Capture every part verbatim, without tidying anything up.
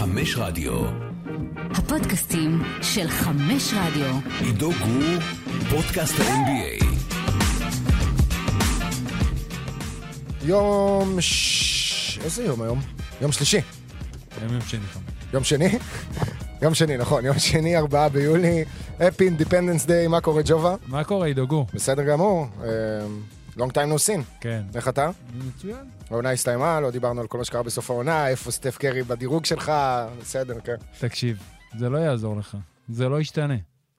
חמש רדיו. הפודקאסטים של חמש רדיו. עידו גור, פודקאסט ה-אן בי איי. יום... ש... איזה יום היום? יום שלישי. יום שני. יום שני? יום שני, נכון. יום שני, ארבעה ביולי. Happy Independence Day. מה קורה, ג'ובה? מה קורה, עידו גור? בסדר גמור. Long time no seen. כן. איך אתה? מצוין. העונה הסתיימה, לא דיברנו על כל מה שקרה בסוף העונה, איפה סטף קרי בדירוג שלך, בסדר, כן. תקשיב, זה לא יעזור לך. זה לא ישתנה.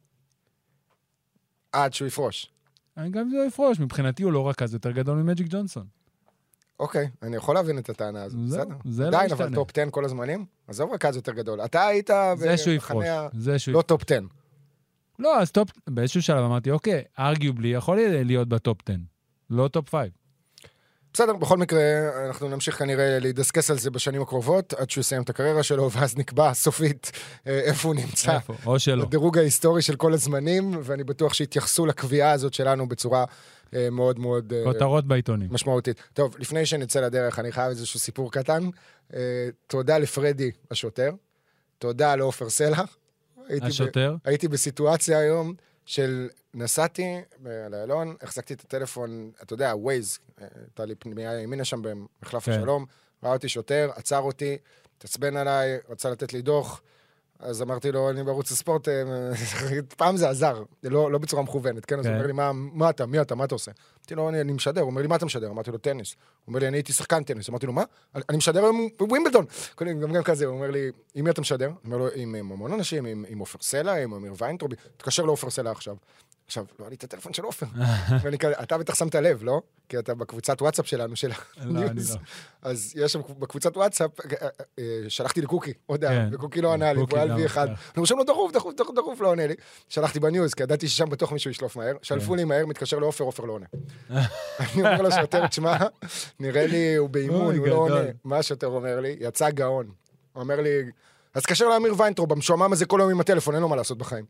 עד שהוא יפרוש. גם זה לא יפרוש, מבחינתי הוא לא רכז יותר גדול ממג'יק ג'ונסון. אוקיי, אני יכול להבין את הטענה הזו, בסדר. זה לא עדיין, ישתנה. אבל טופ עשר כל הזמנים, עזוב רכז יותר גדול. אתה היית זה שהוא יפרוש. זה שהוא לא טופ עשר. לא, אז טופ, באיזשהו שלב אמרתי, אוקיי, ארגיובלי יכול להיות בטופ עשר, לא טופ חמש. בסדר, בכל מקרה, אנחנו נמשיך כנראה להידסקס על זה בשנים הקרובות, עד שהוא יסיים את הקריירה שלו, ואז נקבע סופית איפה הוא נמצא. איפה, או שלא. בדירוג ההיסטורי של כל הזמנים, ואני בטוח שהתייחסו לקביעה הזאת שלנו בצורה מאוד מאוד... כותרות בעיתונים. משמעותית. טוב, לפני שנצא לדרך, אני חייב איזשהו סיפור קטן. תודה לפרדי השוטר, תודה לאופר סלח. השוטר? הייתי בסיטואציה היום של נסעתי לאלון, החזקתי את הטלפון, אתה יודע, ווייז, הייתה לי פנימיה ימינה שם במחלף השלום, ראה אותי שוטר, עצר אותי, תצבן עליי, רצה לתת לי דוח, אז אמרתי לו, אני בערוץ הספורט, פעם זה עזר, לא, לא בצורה מכוונת, כן? אז הוא אומר לי, מה, מה אתה, מי אתה, מה אתה עושה? אמרתי לו, אני, אני משדר, הוא אומר לי, מה אתה משדר? אמרתי לו, טניס. הוא אומר לי, אני הייתי שחקן טניס. אמרתי לו, מה? אני משדר היום בווימבלדון. גם גם כזה, הוא אומר לי, עם מי אתה משדר? אני אומר לו, עם המון אנשים, עם, עם אופר סלע, עם אמיר ויינטרובי, תקשר לאופר סלע עכשיו. עכשיו, לא, אני את הטלפון של אופר. אתה בטח שמת לב, לא? כי אתה בקבוצת וואטסאפ שלנו, של הניוז. אז יש שם בקבוצת וואטסאפ, שלחתי לקוקי, הודעה, וקוקי לא ענה לי, והוא היה וי אחד. אני רושם לו דחוף, דחוף, דחוף, דחוף, לא עונה לי. שלחתי בניוז, כי ידעתי ששם בטוח מישהו ישלוף מהר. שלפו לי מהר, מתקשר לאופר, אופר לא עונה. אני אומר לו שוטר, תשמע, נראה לי, הוא באימון, הוא לא עונה. מה השוטר אומר לי? יצא גאון. הוא אומר לי, אז קשר לאמיר ויינטרוב, המשועמם הזה כל יום עם הטלפון, אין לו מה לעשות בחיים.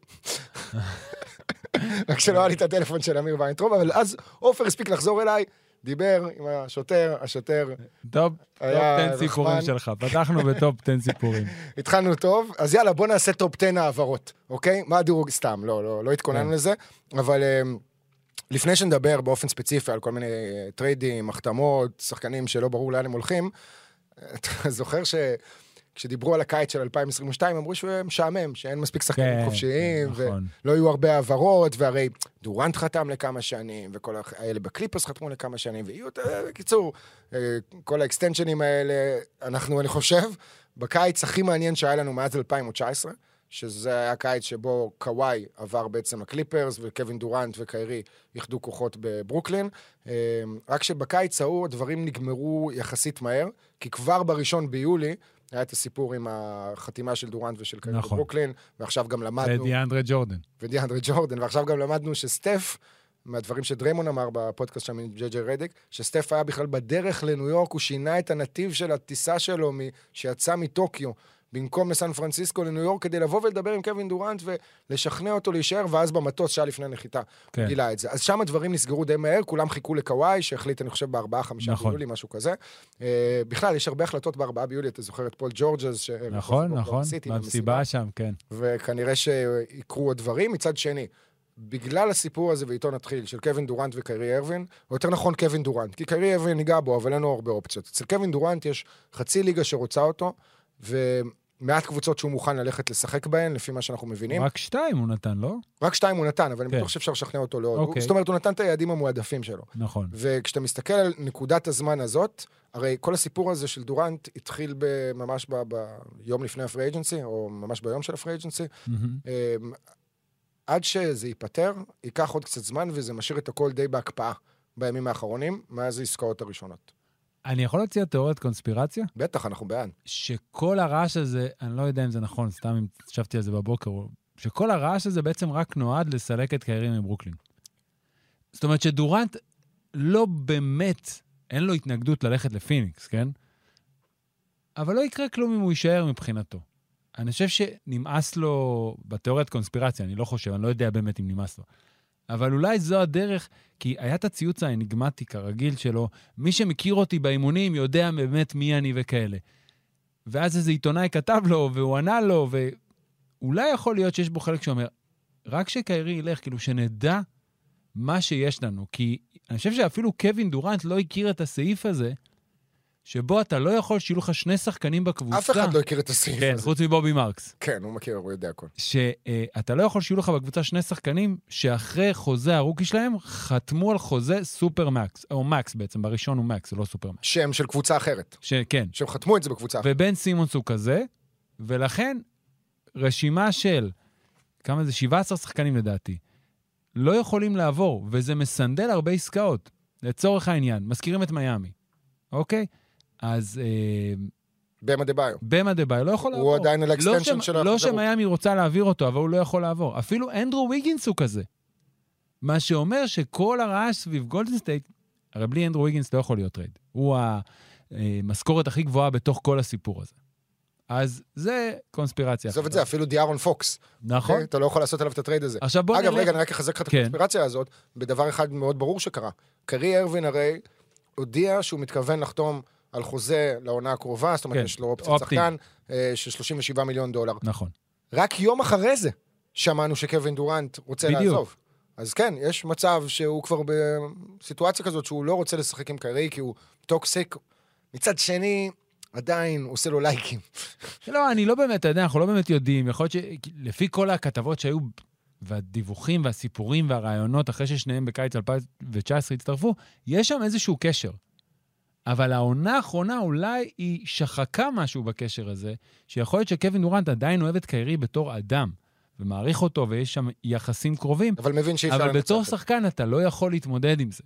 רק שלא היה לי את הטלפון של אמיר ויינטרוב, אבל אז אופר הספיק לחזור אליי, דיבר עם השוטר, השוטר טופ עשר סיפורים שלך, פתחנו בטופ עשר סיפורים. התחלנו טוב, אז יאללה, בוא נעשה טופ עשר העברות, אוקיי? מה הדירוג? סתם, לא, לא, לא התכוננו לזה, אבל לפני שנדבר באופן ספציפי על כל מיני טריידים, מחתמות, שחקנים שלא ברור לאן הם הולכים, אתה זוכר ש... כשדיברו על הקיץ של אלפיים עשרים ושתיים, אמרו שהוא משעמם, שאין מספיק שחקנים חופשיים, ולא יהיו הרבה העברות, והרי דורנט חתם לכמה שנים, וכל האלה בקליפרס חתמו לכמה שנים, ויהיו, בקיצור, כל האקסטנשנים האלה, אנחנו, אני חושב, בקיץ הכי מעניין שהיה לנו מאז אלפיים תשע עשרה, שזה היה קיץ שבו קוואי עבר בעצם לקליפרס, וקווין דורנט וקיירי יחדו כוחות בברוקלין, רק שבקיץ ההוא הדברים נגמרו יחסית מהר, כי כבר בראשון ביולי, היה את הסיפור עם החתימה של דורנט ושל קיירי נכון. בברוקלין, ועכשיו גם למדנו... ודיאנדרה ג'ורדן. ודיאנדרה ג'ורדן, ועכשיו גם למדנו שסטף, מהדברים שדריימון אמר בפודקאסט שם עם ג'יי ג'יי רדיק, שסטף היה בכלל בדרך לניו יורק, הוא שינה את הנתיב של הטיסה שלו, שיצא מטוקיו, במקום לסן פרנסיסקו לניו יורק, כדי לבוא ולדבר עם קווין דורנט ולשכנע אותו להישאר, ואז במטוס שעה לפני הנחיתה כן. גילה את זה. אז שם הדברים נסגרו די מהר, כולם חיכו לקוואי, שהחליט, אני חושב, בארבעה, חמישה נכון. ביולי, משהו כזה. אה, בכלל, יש הרבה החלטות בארבעה ביולי, אתה זוכר את פול ג'ורג'ז, ש... נכון, נכון, במסיבה שם, כן. וכנראה שיקרו עוד דברים. מצד שני, בגלל הסיפור הזה, ואיתו נתחיל, של קווין דורנט וקיירי ארווין, או יותר נכון קווין דורנט, כי קיירי ארווין ניגע בו, אבל אין לו הרבה אופציות. אצל קווין דורנט יש חצי ליגה שרוצה אותו, ו... מעט קבוצות שהוא מוכן ללכת לשחק בהן, לפי מה שאנחנו מבינים. רק שתיים הוא נתן, לא? רק שתיים הוא נתן, אבל אני בטוח שאפשר לשכנע אותו לעוד. זאת אומרת, הוא נתן את היעדים המועדפים שלו. נכון. וכשאתה מסתכל על נקודת הזמן הזאת, הרי כל הסיפור הזה של דורנט התחיל ממש ביום לפני הפרי אג'נסי, או ממש ביום של הפרי אג'נסי, עד שזה ייפטר, ייקח עוד קצת זמן, וזה משאיר את הכל די בהקפאה בימים האחרונים, מאז העסקאות הראשונות. אני יכול להציע תיאוריית קונספירציה? בטח, אנחנו בעד. שכל הרעש הזה, אני לא יודע אם זה נכון, סתם אם חשבתי על זה בבוקר, שכל הרעש הזה בעצם רק נועד לסלק את קיירי מברוקלין. זאת אומרת שדורנט לא באמת, אין לו התנגדות ללכת לפיניקס, כן? אבל לא יקרה כלום אם הוא יישאר מבחינתו. אני חושב שנמאס לו, בתיאוריית קונספירציה, אני לא חושב, אני לא יודע באמת אם נמאס לו. אבל אולי זו הדרך, כי היה את הציוץ האניגמטי כרגיל שלו, מי שמכיר אותי באימונים יודע באמת מי אני וכאלה. ואז איזה עיתונאי כתב לו, והוא ענה לו, ואולי יכול להיות שיש בו חלק שאומר, רק שקיירי ילך, כאילו שנדע מה שיש לנו, כי אני חושב שאפילו קווין דורנט לא הכיר את הסעיף הזה, שבו אתה לא יכול שיהיו לך שני שחקנים בקבוצה. אף אחד לא הכיר את הסעיף כן, הזה. חוץ מבובי מרקס. כן, הוא מכיר, הוא יודע הכל. שאתה לא יכול שיהיו לך בקבוצה שני שחקנים, שאחרי חוזה הרוקי שלהם, חתמו על חוזה סופר מקס, או מקס בעצם, בראשון הוא מקס, זה לא סופר מקס. שם של קבוצה אחרת. שכן. שהם חתמו את זה בקבוצה אחרת. ובן סימונס הוא כזה, ולכן רשימה של, כמה זה? שבעה עשר שחקנים לדעתי, לא יכולים לעבור, וזה מסנדל הרבה עסקאות, לצורך העניין. מזכירים את מיימי, אוקיי? אז... במה דביו. במה דביו, לא יכול לעבור. הוא עדיין על האקסטנשן שלו. לא שמיימי רוצה להעביר אותו, אבל הוא לא יכול לעבור. אפילו אנדרו ויגינס הוא כזה. מה שאומר שכל הרעש סביב גולדן סטייט, הרי בלי אנדרו ויגינס לא יכול להיות טרייד. הוא המשכורת הכי גבוהה בתוך כל הסיפור הזה. אז זה קונספירציה. עזוב את זה, אפילו דיארון פוקס. נכון. אתה לא יכול לעשות עליו את הטרייד הזה. עכשיו בוא נלך. אגב, רגע, אני רק אחזק לך את הקונספירציה הזאת, בדבר אחד מאוד ברור שקרה. קרי ארווין הרי הודיע שהוא מתכוון לחתום על חוזה לעונה הקרובה, זאת אומרת, יש לו אופציית שחקן של שלושים ושבעה מיליון דולר. נכון. רק יום אחרי זה שמענו שקווין דורנט רוצה לעזוב. אז כן, יש מצב שהוא כבר בסיטואציה כזאת שהוא לא רוצה לשחק עם קיירי, כי הוא טוקסיק. מצד שני, עדיין הוא עושה לו לייקים. לא, אני לא באמת, אתה יודע, אנחנו לא באמת יודעים. יכול להיות שלפי כל הכתבות שהיו, והדיווחים והסיפורים והרעיונות, אחרי ששניהם בקיץ אלפיים תשע עשרה הצטרפו, יש שם איזשהו קשר. אבל העונה האחרונה אולי היא שחקה משהו בקשר הזה, שיכול להיות שקווין דורנט עדיין אוהב את קיירי בתור אדם, ומעריך אותו, ויש שם יחסים קרובים. אבל מבין שאי אפשר אבל לנצח. בתור שחקן אתה לא יכול להתמודד עם זה.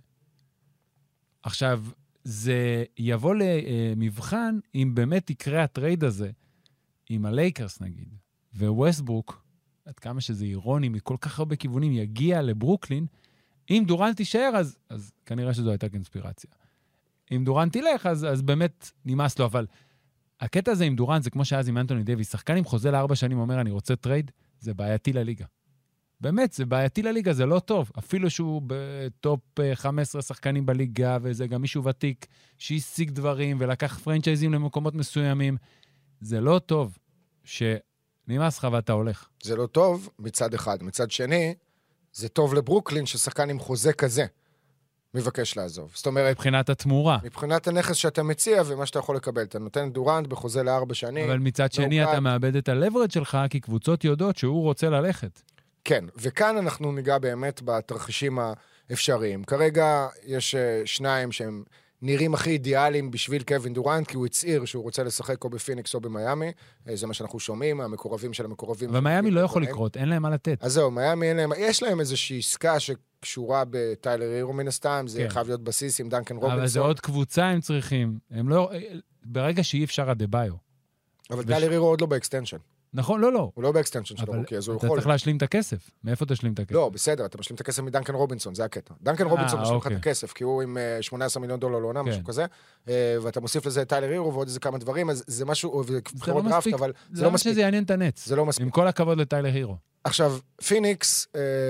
עכשיו, זה יבוא למבחן אם באמת יקרה הטרייד הזה, עם הלייקרס נגיד, וווסטברוק, עד כמה שזה אירוני, מכל כך הרבה כיוונים, יגיע לברוקלין, אם דורנט תישאר, אז, אז כנראה שזו הייתה קונספירציה. אם דורנט תלך, אז, אז באמת נמאס לו, אבל הקטע הזה עם דורנט, זה כמו שאז עם אנטוני דייביס, שחקן עם חוזה לארבע שנים אומר, אני רוצה טרייד, זה בעייתי לליגה. באמת, זה בעייתי לליגה, זה לא טוב. אפילו שהוא בטופ חמש עשרה שחקנים בליגה, וזה גם מישהו ותיק שהשיג דברים, ולקח פרנצ'ייזים למקומות מסוימים. זה לא טוב שנמאס לך ואתה הולך. זה לא טוב מצד אחד. מצד שני, זה טוב לברוקלין ששחקן עם חוזה כזה מבקש לעזוב. זאת אומרת... מבחינת התמורה. מבחינת הנכס שאתה מציע ומה שאתה יכול לקבל. אתה נותן דורנט בחוזה לארבע שנים. אבל מצד שני אתה מאבד את הלברד שלך, כי קבוצות יודעות שהוא רוצה ללכת. כן, וכאן אנחנו ניגע באמת בתרחישים האפשריים. כרגע יש שניים שהם נראים הכי אידיאליים בשביל קווין דורנט, כי הוא הצעיר שהוא רוצה לשחק או בפיניקס או במיימי, זה מה שאנחנו שומעים, המקורבים של המקורבים. אבל מיימי לא יכול לקרות, אין להם מה לתת. אז זהו, מיימי אין להם, יש להם איזושהי עסקה שקשורה בטיילר הירו מן הסתם, זה חייב להיות בסיס עם דנקן רובינסון. אבל זה עוד קבוצה הם צריכים, הם לא, ברגע שאי אפשר הדביו. אבל טיילר הירו עוד לא באקסטנשן. נכון, לא, לא. הוא לא באקסטנשן של הרוקי, אז הוא יכול. אתה צריך להשלים את הכסף. מאיפה תשלים את הכסף? לא, בסדר, אתה משלים את הכסף מדנקן רובינסון, זה הקטע. דנקן רובינסון משלים לך את הכסף, כי הוא עם שמונה עשרה מיליון דולר לעונה, משהו כזה, ואתה מוסיף לזה טיילר הירו ועוד איזה כמה דברים, אז זה משהו, ובחירות דראפט, אבל זה לא מספיק. שזה יעניין את הנץ. זה לא מספיק. עם כל הכבוד לטיילר הירו. עכשיו, פיניקס,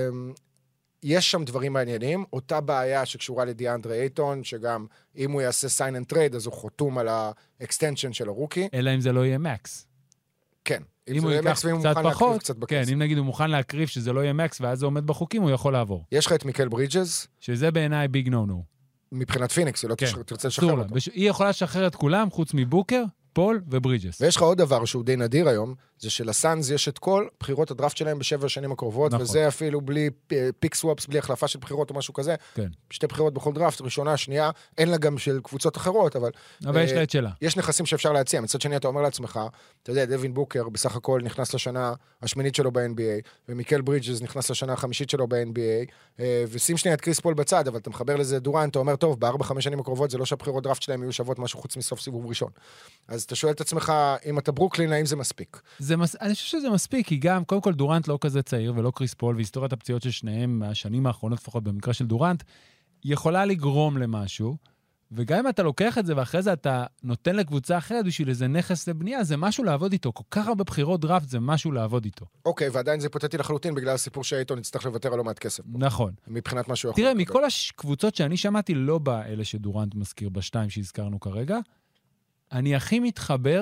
יש שם דברים מעניינים, אותה בעיה שקשורה לדיאנדרה אייטון, שגם אם הוא יעשה sign and trade, אז הוא חתום על האקסטנשן של הרוקי. אלא אם זה לא יהיה מקס. כן. אם הוא ייקח קצת פחות, כן, אם נגיד הוא מוכן להקריב שזה לא יהיה מקס, ואז זה עומד בחוקים, הוא יכול לעבור. יש לך את מיקל ברידג'ס. שזה בעיניי ביג נו נו. מבחינת פיניקס, היא לא תרצה לשחרר אותו. היא יכולה לשחרר את כולם, חוץ מבוקר, פול וברידג'ס. ויש לך עוד דבר שהוא די נדיר היום, זה שלסאנז יש את כל בחירות הדראפט שלהם בשבע השנים הקרובות, נכון. וזה אפילו בלי פיק סוואפס, בלי החלפה של בחירות או משהו כזה. כן. שתי בחירות בכל דראפט, ראשונה, שנייה, אין לה גם של קבוצות אחרות, אבל... אבל יש לה את שלה. יש נכסים שאפשר להציע. מצד שני, אתה אומר לעצמך, אתה יודע, דווין בוקר בסך הכל נכנס לשנה השמינית שלו ב-אן בי איי, ומיקל ברידג'ס נכנס לשנה החמישית שלו ב-אן בי איי, ושים שנייה את קריס פול בצד, אבל אתה מחבר לזה דורנט, אתה אומר, טוב, בארבע, חמש שנים הקרובות, זה לא שהבחירות דראפט שלהם יהיו שוות משהו חוץ מסוף סיבוב ראשון. אז אתה שואל את עצמך, אם אתה ברוקלין, האם זה מספיק? זה מס... אני חושב שזה מספיק, כי גם, קודם כל, דורנט לא כזה צעיר, ולא קריס פול, והיסטוריית הפציעות של שניהם, מהשנים האחרונות, לפחות במקרה של דורנט, יכולה לגרום למשהו, וגם אם אתה לוקח את זה, ואחרי זה אתה נותן לקבוצה אחרת, בשביל איזה נכס לבנייה, זה משהו לעבוד איתו. כל כך הרבה בחירות דראפט, זה משהו לעבוד איתו. אוקיי, ועדיין זה פוטטי לחלוטין, בגלל הסיפור שאיתו נצטרך לוותר עלו מעט כסף. נכון. מבחינת מה שהוא יכול. תראה, מכל הקבוצות שאני שמעתי, לא באלה שדורנט מזכיר, בשתיים שהזכרנו כרגע, אני הכי מתחבר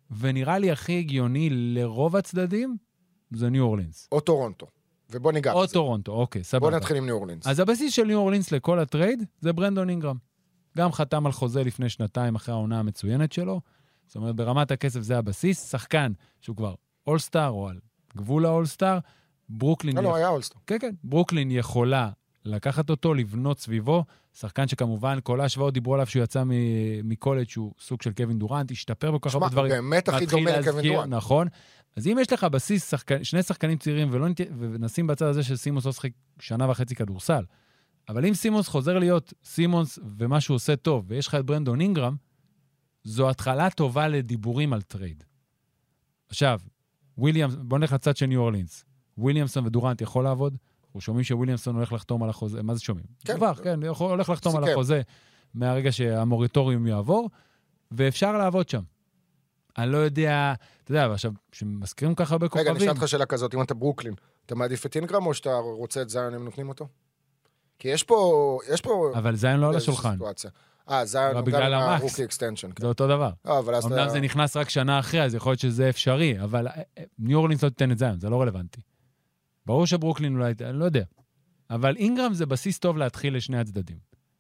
ונראה לי הכי הגיוני לרוב הצדדים, זה ניו אורלינס. או טורונטו. ובוא ניגע בזה. או טורונטו, אוקיי, סבבה. בוא נתחיל עם ניו אורלינס. אז הבסיס של ניו אורלינס לכל הטרייד, זה ברנדון אינגרם. גם חתם על חוזה לפני שנתיים אחרי העונה המצוינת שלו. זאת אומרת, ברמת הכסף זה הבסיס. שחקן שהוא כבר אולסטאר, או על גבול האולסטאר, ברוקלין... לא, לא, היה אולסטאר. כן, כן. ברוקלין יכולה לקחת אותו, לבנות סביבו. שחקן שכמובן, כל ההשוואות דיברו עליו שהוא יצא מקולג' שהוא סוג של קווין דורנט, השתפר בכל כך הרבה דברים. שמע, באמת הכי דומה לקווין דורנט. נכון. אז אם יש לך בסיס שחקן, שני שחקנים צעירים, ולא נת... ונשים בצד הזה של סימוס לא שחק שנה וחצי כדורסל, אבל אם סימוס חוזר להיות סימוס ומה שהוא עושה טוב, ויש לך את ברנדון אינגרם, זו התחלה טובה לדיבורים על טרייד. עכשיו, וויליאמס, בוא נלך לצד של ניו אורלינס. וויליאמסון ודורנט יכול לעבוד? אנחנו שומעים שוויליאמסון הולך לחתום על החוזה. מה זה שומעים? כן. דבר, כן, יכול, הולך לחתום על החוזה מהרגע שהמוריטוריום יעבור, ואפשר לעבוד שם. אני לא יודע, אתה יודע, עכשיו, שמזכירים ככה הרבה כוכבים... רגע, נשאל אותך שאלה כזאת, אם אתה ברוקלין, אתה מעדיף את אינגרם או שאתה רוצה את זיון, הם נותנים אותו? כי יש פה... יש פה... אבל זיון לא על השולחן. אה, זיון הוא גם הרוקי אקסטנשן. זה אותו דבר. אמנם זה נכנס רק שנה אחרי, אז יכול להיות שזה אפשרי, אבל ניו אורלינס לא תיתן את זיון, זה לא רלוונטי. ברור שברוקלין אולי, אני לא יודע. אבל אינגרם זה בסיס טוב להתחיל לשני הצדדים.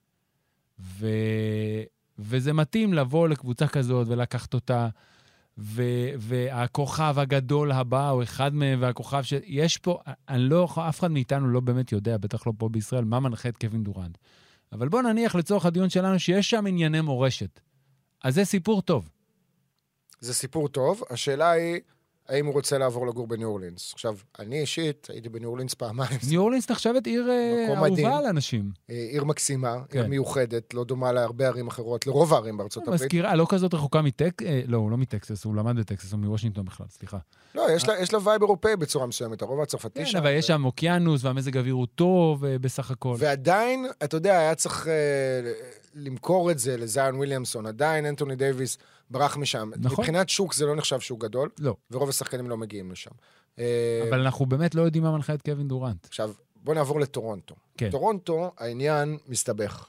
ו... וזה מתאים לבוא לקבוצה כזאת ולקחת אותה, ו... והכוכב הגדול הבא, או אחד מהם, והכוכב שיש פה, אני לא, אף אחד מאיתנו לא באמת יודע, בטח לא פה בישראל, מה מנחה את קווין דורנט. אבל בוא נניח לצורך הדיון שלנו שיש שם ענייני מורשת. אז זה סיפור טוב. זה סיפור טוב. השאלה היא, האם הוא רוצה לעבור לגור בניו אורלינס? עכשיו, אני אישית הייתי בניו אורלינס פעמיים. ניו אורלינס נחשבת עיר אהובה על אנשים. עיר מקסימה, עיר מיוחדת, לא דומה להרבה ערים אחרות, לרוב הערים בארצות הברית. מזכירה, לא כזאת רחוקה מטקסס, לא, הוא לא מטקסס, הוא למד בטקסס, הוא מוושינגטון בכלל, סליחה. לא, יש לה וייב אירופאי בצורה מסוימת, הרוב הצרפתי שם. כן, אבל יש שם אוקיינוס, והמזג אוויר הוא טוב בסך הכל. ועדיין, אתה יודע, היה צריך למכור את זה לזיון וויליאמסון, עדיין אנטוני דייביס ברח משם. נכון. מבחינת שוק זה לא נחשב שהוא גדול, לא. ורוב השחקנים לא מגיעים לשם. אבל אנחנו באמת לא יודעים מה מנחה את קווין דורנט. עכשיו, בוא נעבור לטורונטו. כן. טורונטו, העניין מסתבך.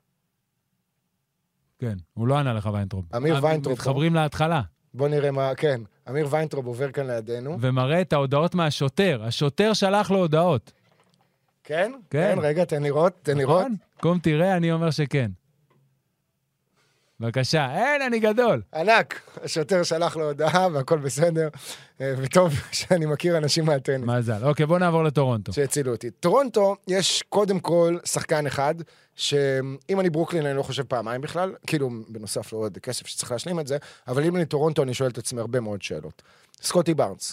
כן, הוא לא ענה לך ויינטרוב. אמיר ויינטרוב. מתחברים להתחלה. בוא נראה מה, כן. אמיר ויינטרוב עובר כאן לידינו. ומראה את ההודעות מהשוטר. השוטר שלח לו הודעות. כן? כן. כן, רגע, תן לראות, תן לראות. קום תראה, אני אומר שכן. בבקשה, אין, אני גדול. ענק, השוטר שלח לו הודעה והכל בסדר, וטוב שאני מכיר אנשים מהטניס. מזל. אוקיי, בוא נעבור לטורונטו. שהצילו אותי. טורונטו, יש קודם כל שחקן אחד, שאם אני ברוקלין אני לא חושב פעמיים בכלל, כאילו בנוסף לעוד כסף שצריך להשלים את זה, אבל אם אני טורונטו אני שואל את עצמי הרבה מאוד שאלות. סקוטי בארנס.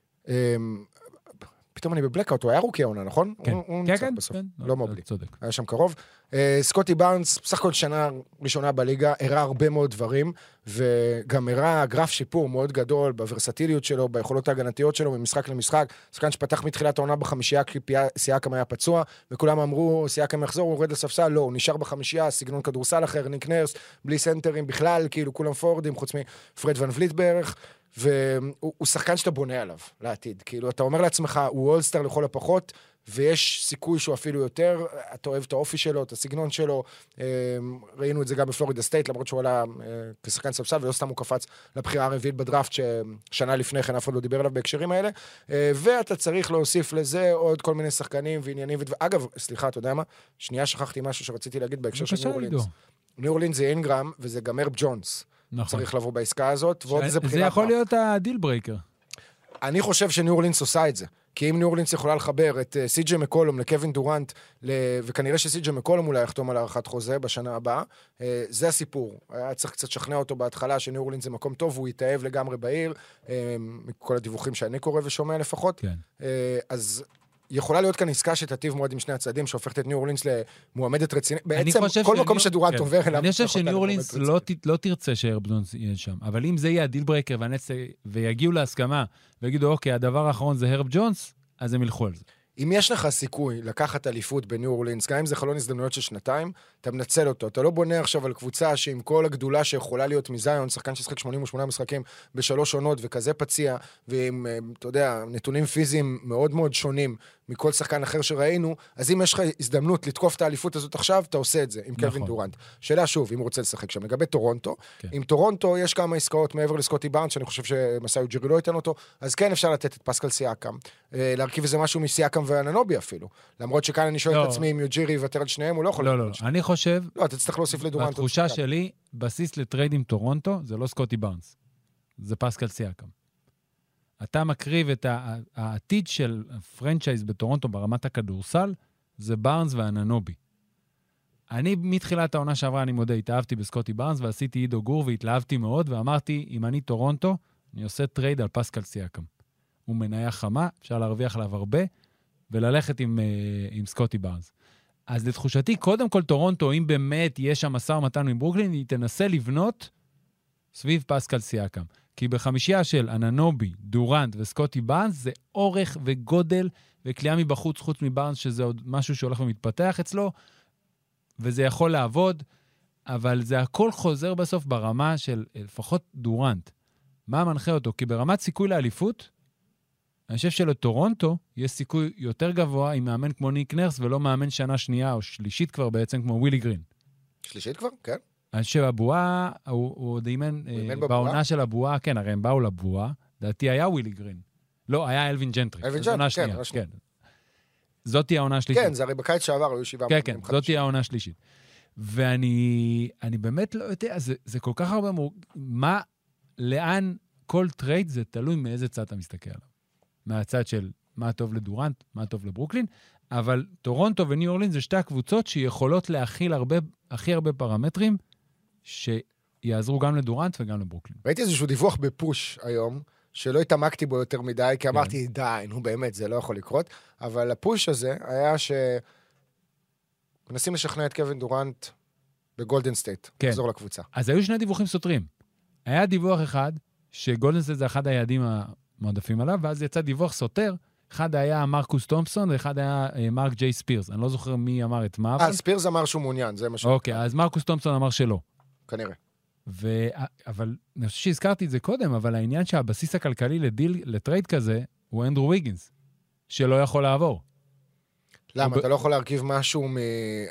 פתאום אני בבלקאוט, הוא היה רוקי העונה, נכון? כן, הוא כן, ניצח כן, בסוף. כן. לא מובלי. צודק. היה שם קרוב. סקוטי בארנס, בסך הכל שנה ראשונה בליגה, הראה הרבה מאוד דברים, וגם הראה גרף שיפור מאוד גדול בוורסטיליות שלו, ביכולות ההגנתיות שלו, ממשחק למשחק. שחקן שפתח מתחילת העונה בחמישייה, כי סייקם היה פצוע, וכולם אמרו, סייקם יחזור, הוא יורד לספסל, לא, הוא נשאר בחמישייה, סגנון כדורסל אחר, ניק נרס, בלי סנטרים בכלל, כאילו כולם פורדים, חוץ מפרד ון וליט בערך, והוא שחקן שאתה בונה עליו לעתיד. כאילו, אתה אומר לעצמך, הוא אולסטאר לכל הפחות, ויש סיכוי שהוא אפילו יותר, אתה אוהב את האופי שלו, את הסגנון שלו, ראינו את זה גם בפלורידה סטייט, למרות שהוא עלה כשחקן ספסל, ולא סתם הוא קפץ לבחירה הרביעית בדראפט, ששנה לפני כן אף אחד לא דיבר עליו בהקשרים האלה, ואתה צריך להוסיף לזה עוד כל מיני שחקנים ועניינים, אגב, סליחה, אתה יודע מה? שנייה שכחתי משהו שרציתי להגיד בהקשר של ניו אורלינס. ניו אורלינס זה אינגרם, וזה גם הרב ג'ונס. נכון. צריך לבוא בעסקה הזאת, ועוד איזה בחירה. זה יכול להיות הדיל ברייקר. אני חושב שניו אורלינס עושה את זה. כי אם ניו אורלינס יכולה לחבר את סי.ג'יי מקולום לקווין דורנט, וכנראה שסי.ג'יי מקולום אולי יחתום על הארכת חוזה בשנה הבאה, זה הסיפור. היה צריך קצת לשכנע אותו בהתחלה שניו אורלינס זה מקום טוב, והוא יתאהב לגמרי בעיר, מכל הדיווחים שאני קורא ושומע לפחות. כן. אז יכולה להיות כאן עסקה שתטיב מאוד עם שני הצדדים, שהופכת את ניו אורלינס למועמדת רצינית. בעצם, כל מקום שדורנט עובר אליו... אני חושב שניו אורלינס לא תרצה שהרב ג'ונס יהיה שם, אבל אם זה יהיה הדיל ברייקר ויגיעו להסכמה, ויגידו, אוקיי, הדבר האחרון זה הרב ג'ונס, אז הם ילכו על זה. אם יש לך סיכוי לקחת אליפות בניו אורלינס, גם אם זה חלון הזדמנויות של שנתיים, אתה מנצל אותו. אתה לא בונה עכשיו על קבוצה שעם כל הגדולה שיכולה להיות מזיון, שחקן ששחק שמונים ושמונה משחקים בשלוש עונות וכזה פציע, ועם, אתה יודע, נתונים פיזיים מאוד מאוד שונים מכל שחקן אחר שראינו, אז אם יש לך הזדמנות לתקוף את האליפות הזאת עכשיו, אתה עושה את זה עם קווין דורנט. שאלה שוב, אם הוא רוצה לשחק שם, לגבי טורונטו, עם טורונטו יש כמה עסקאות מעבר לסקוטי בארנס, שאני חושב שמסאי אוג'ירי לא ייתן אותו, אז כן אפשר לתת את פסקל סיאקם, להרכיב איזה משהו מסיאקם ואננובי אפילו. למרות שכאן אני שואל את עצמי אם אוג'ירי יוותר על שניהם, הוא לא יכול. לא, לא, אני חושב, לא, אתה צריך להוסיף לדורנט. בתחושה שלי, בסיס לטרייד עם טורונטו, זה לא סקוטי בארנס. זה פסקל סיאקם. אתה מקריב את העתיד של הפרנצ'ייז בטורונטו ברמת הכדורסל, זה בארנס ואננובי. אני מתחילת העונה שעברה, אני מודה, התאהבתי בסקוטי בארנס, ועשיתי עידו גור והתלהבתי מאוד, ואמרתי, אם אני טורונטו, אני עושה טרייד על פסקל סיאקם. הוא מניה חמה, אפשר להרוויח עליו הרבה, וללכת עם, עם סקוטי בארנס. אז לתחושתי, קודם כל טורונטו, אם באמת יש שם מסע ומתן עם ברוקלין, היא תנסה לבנות סביב פסקל סיאקם. כי בחמישייה של אננובי, דורנט וסקוטי בארנס, זה אורך וגודל וכלייה מבחוץ, חוץ מבארנס, שזה עוד משהו שהולך ומתפתח אצלו, וזה יכול לעבוד, אבל זה הכל חוזר בסוף ברמה של לפחות דורנט. מה מנחה אותו? כי ברמת סיכוי לאליפות, אני חושב שלטורונטו יש סיכוי יותר גבוה עם מאמן כמו ניק נרס, ולא מאמן שנה שנייה או שלישית כבר בעצם כמו ווילי גרין. שלישית כבר? כן. אני חושב שהבועה, הוא עוד אימן, בעונה של הבועה, כן, הרי הם באו לבועה, דעתי היה ווילי גרין. לא, היה אלווין ג'נטרי. אלווין ג'נטרי, כן. כן. זאתי העונה השלישית. כן, זה הרי בקיץ שעבר, היו שבעה. כן, כן, זאתי העונה השלישית. ואני אני באמת לא יודע, זה, זה כל כך הרבה מור... מה, לאן כל טרייד זה תלוי מאיזה צד אתה מסתכל עליו. מהצד של מה טוב לדורנט, מה טוב לברוקלין, אבל טורונטו וניו אורלינס זה שתי הקבוצות שיכולות להכיל הרבה, הכי הרבה פרמטרים, שיעזרו גם לדורנט וגם לברוקלין. ראיתי איזשהו דיווח בפוש היום, שלא התעמקתי בו יותר מדי, כי אמרתי, די, נו באמת, זה לא יכול לקרות, אבל הפוש הזה היה ש... מנסים לשכנע את קווין דורנט בגולדן סטייט, לחזור לקבוצה. אז היו שני דיווחים סותרים. היה דיווח אחד, שגולדן סטייט זה אחד היעדים המועדפים עליו, ואז יצא דיווח סותר, אחד היה מרקוס תומפסון, ואחד היה מרק ג'יי ספירס. אני לא זוכר מי אמר את מה. אה, ספירס אמר שהוא מעוניין, זה מה ש... אוקיי, אז מרקוס תומפסון אמר שלא. כנראה. ו... אבל אני חושב שהזכרתי את זה קודם, אבל העניין שהבסיס הכלכלי לדיל, לטרייד כזה, הוא אנדרו ויגינס, שלא יכול לעבור. למה? אתה לא יכול להרכיב משהו מ...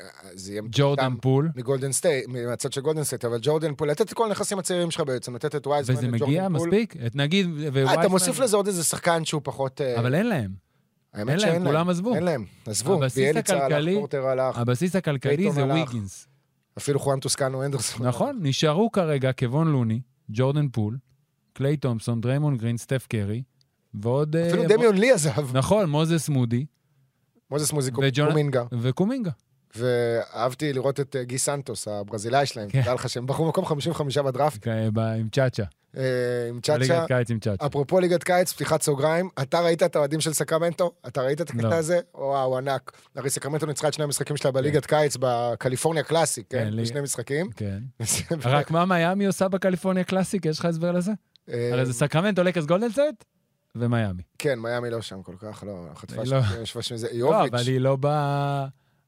ג'ורדן פול. מגולדן סטייט, מהצד של גולדן סטייט, אבל ג'ורדן פול, לתת את כל הנכסים הצעירים שלך בעצם, לתת את וייזמן, וזה מגיע מספיק? נגיד, אתה מוסיף לזה עוד איזה שחקן שהוא פחות... אבל אין להם. אין להם, כולם עזבו. אין להם, עזבו. ביאליצה הלך, פורטר הלך. הבסיס הכלכלי זה ויגינס. אפילו חואן טוסקנו אנדרסון. נכון, נשארו כרגע קוון לוני, ג'ורדן פול, קליי תומפסון, דריימון גרין, סטף קרי, ועוד... אפילו דמיון לי עזב. נכון, מוזס מודי. מוזס מוזי קומינגה. וקומינגה. ואהבתי לראות את גי סנטוס, הברזילאי שלהם, תדע לך שהם בחרו מקום חמישים וחמישה בדראפט. עם צ'אצ'ה. עם צ'אצ'ה. ליגת קיץ עם צ'אצ'ה. אפרופו ליגת קיץ, פתיחת סוגריים, אתה ראית את האוהדים של סקרמנטו? אתה ראית את הקטע הזה? וואו, ענק. הרי סקרמנטו ניצחה את שני המשחקים שלה בליגת קיץ, בקליפורניה קלאסיק, כן? בשני משחקים. כן. רק מה מיאמי עושה בקליפורניה קלאסיק? יש לך הסבר לזה? הרי זה סקרמנטו, לקס גולדן סטייט ומיאמי. כן, מיאמי לא שם כל כך, לא. חטפה שם זה. לא, אבל היא לא באה...